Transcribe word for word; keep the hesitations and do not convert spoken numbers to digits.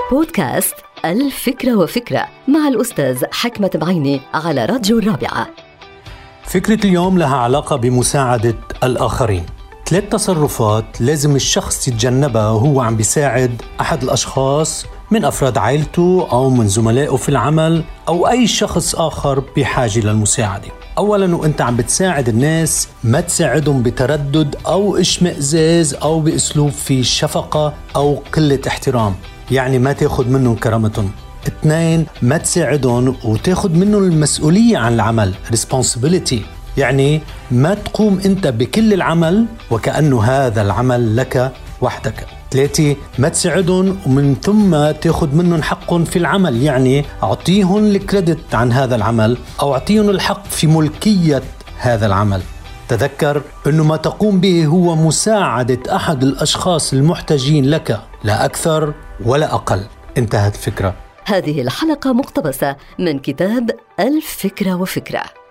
بودكاست الفكرة وفكرة مع الأستاذ حكمة بعيني على راديو الرابعة. فكرة اليوم لها علاقة بمساعدة الآخرين. ثلاث تصرفات لازم الشخص يتجنبها وهو عم بيساعد أحد الأشخاص من أفراد عائلته أو من زملائه في العمل أو أي شخص آخر بحاجة للمساعدة. أولاً وأنت عم بتساعد الناس ما تساعدهم بتردد أو اشمئزاز أو بأسلوب فيه شفقة أو قلة احترام، يعني ما تاخد منهم كرامتهم. اثنين، ما تساعدهم وتاخد منهم المسؤولية عن العمل responsibility، يعني ما تقوم أنت بكل العمل وكأنه هذا العمل لك وحدك. ثلاثة، ما تساعدهم ومن ثم تاخد منهم حقهم في العمل، يعني أعطيهم الكريدت عن هذا العمل أو أعطيهم الحق في ملكية هذا العمل. تذكر أنه ما تقوم به هو مساعدة أحد الأشخاص المحتاجين لك، لا أكثر ولا أقل. انتهت الفكرة. هذه الحلقة مقتبسة من كتاب الفكرة وفكرة.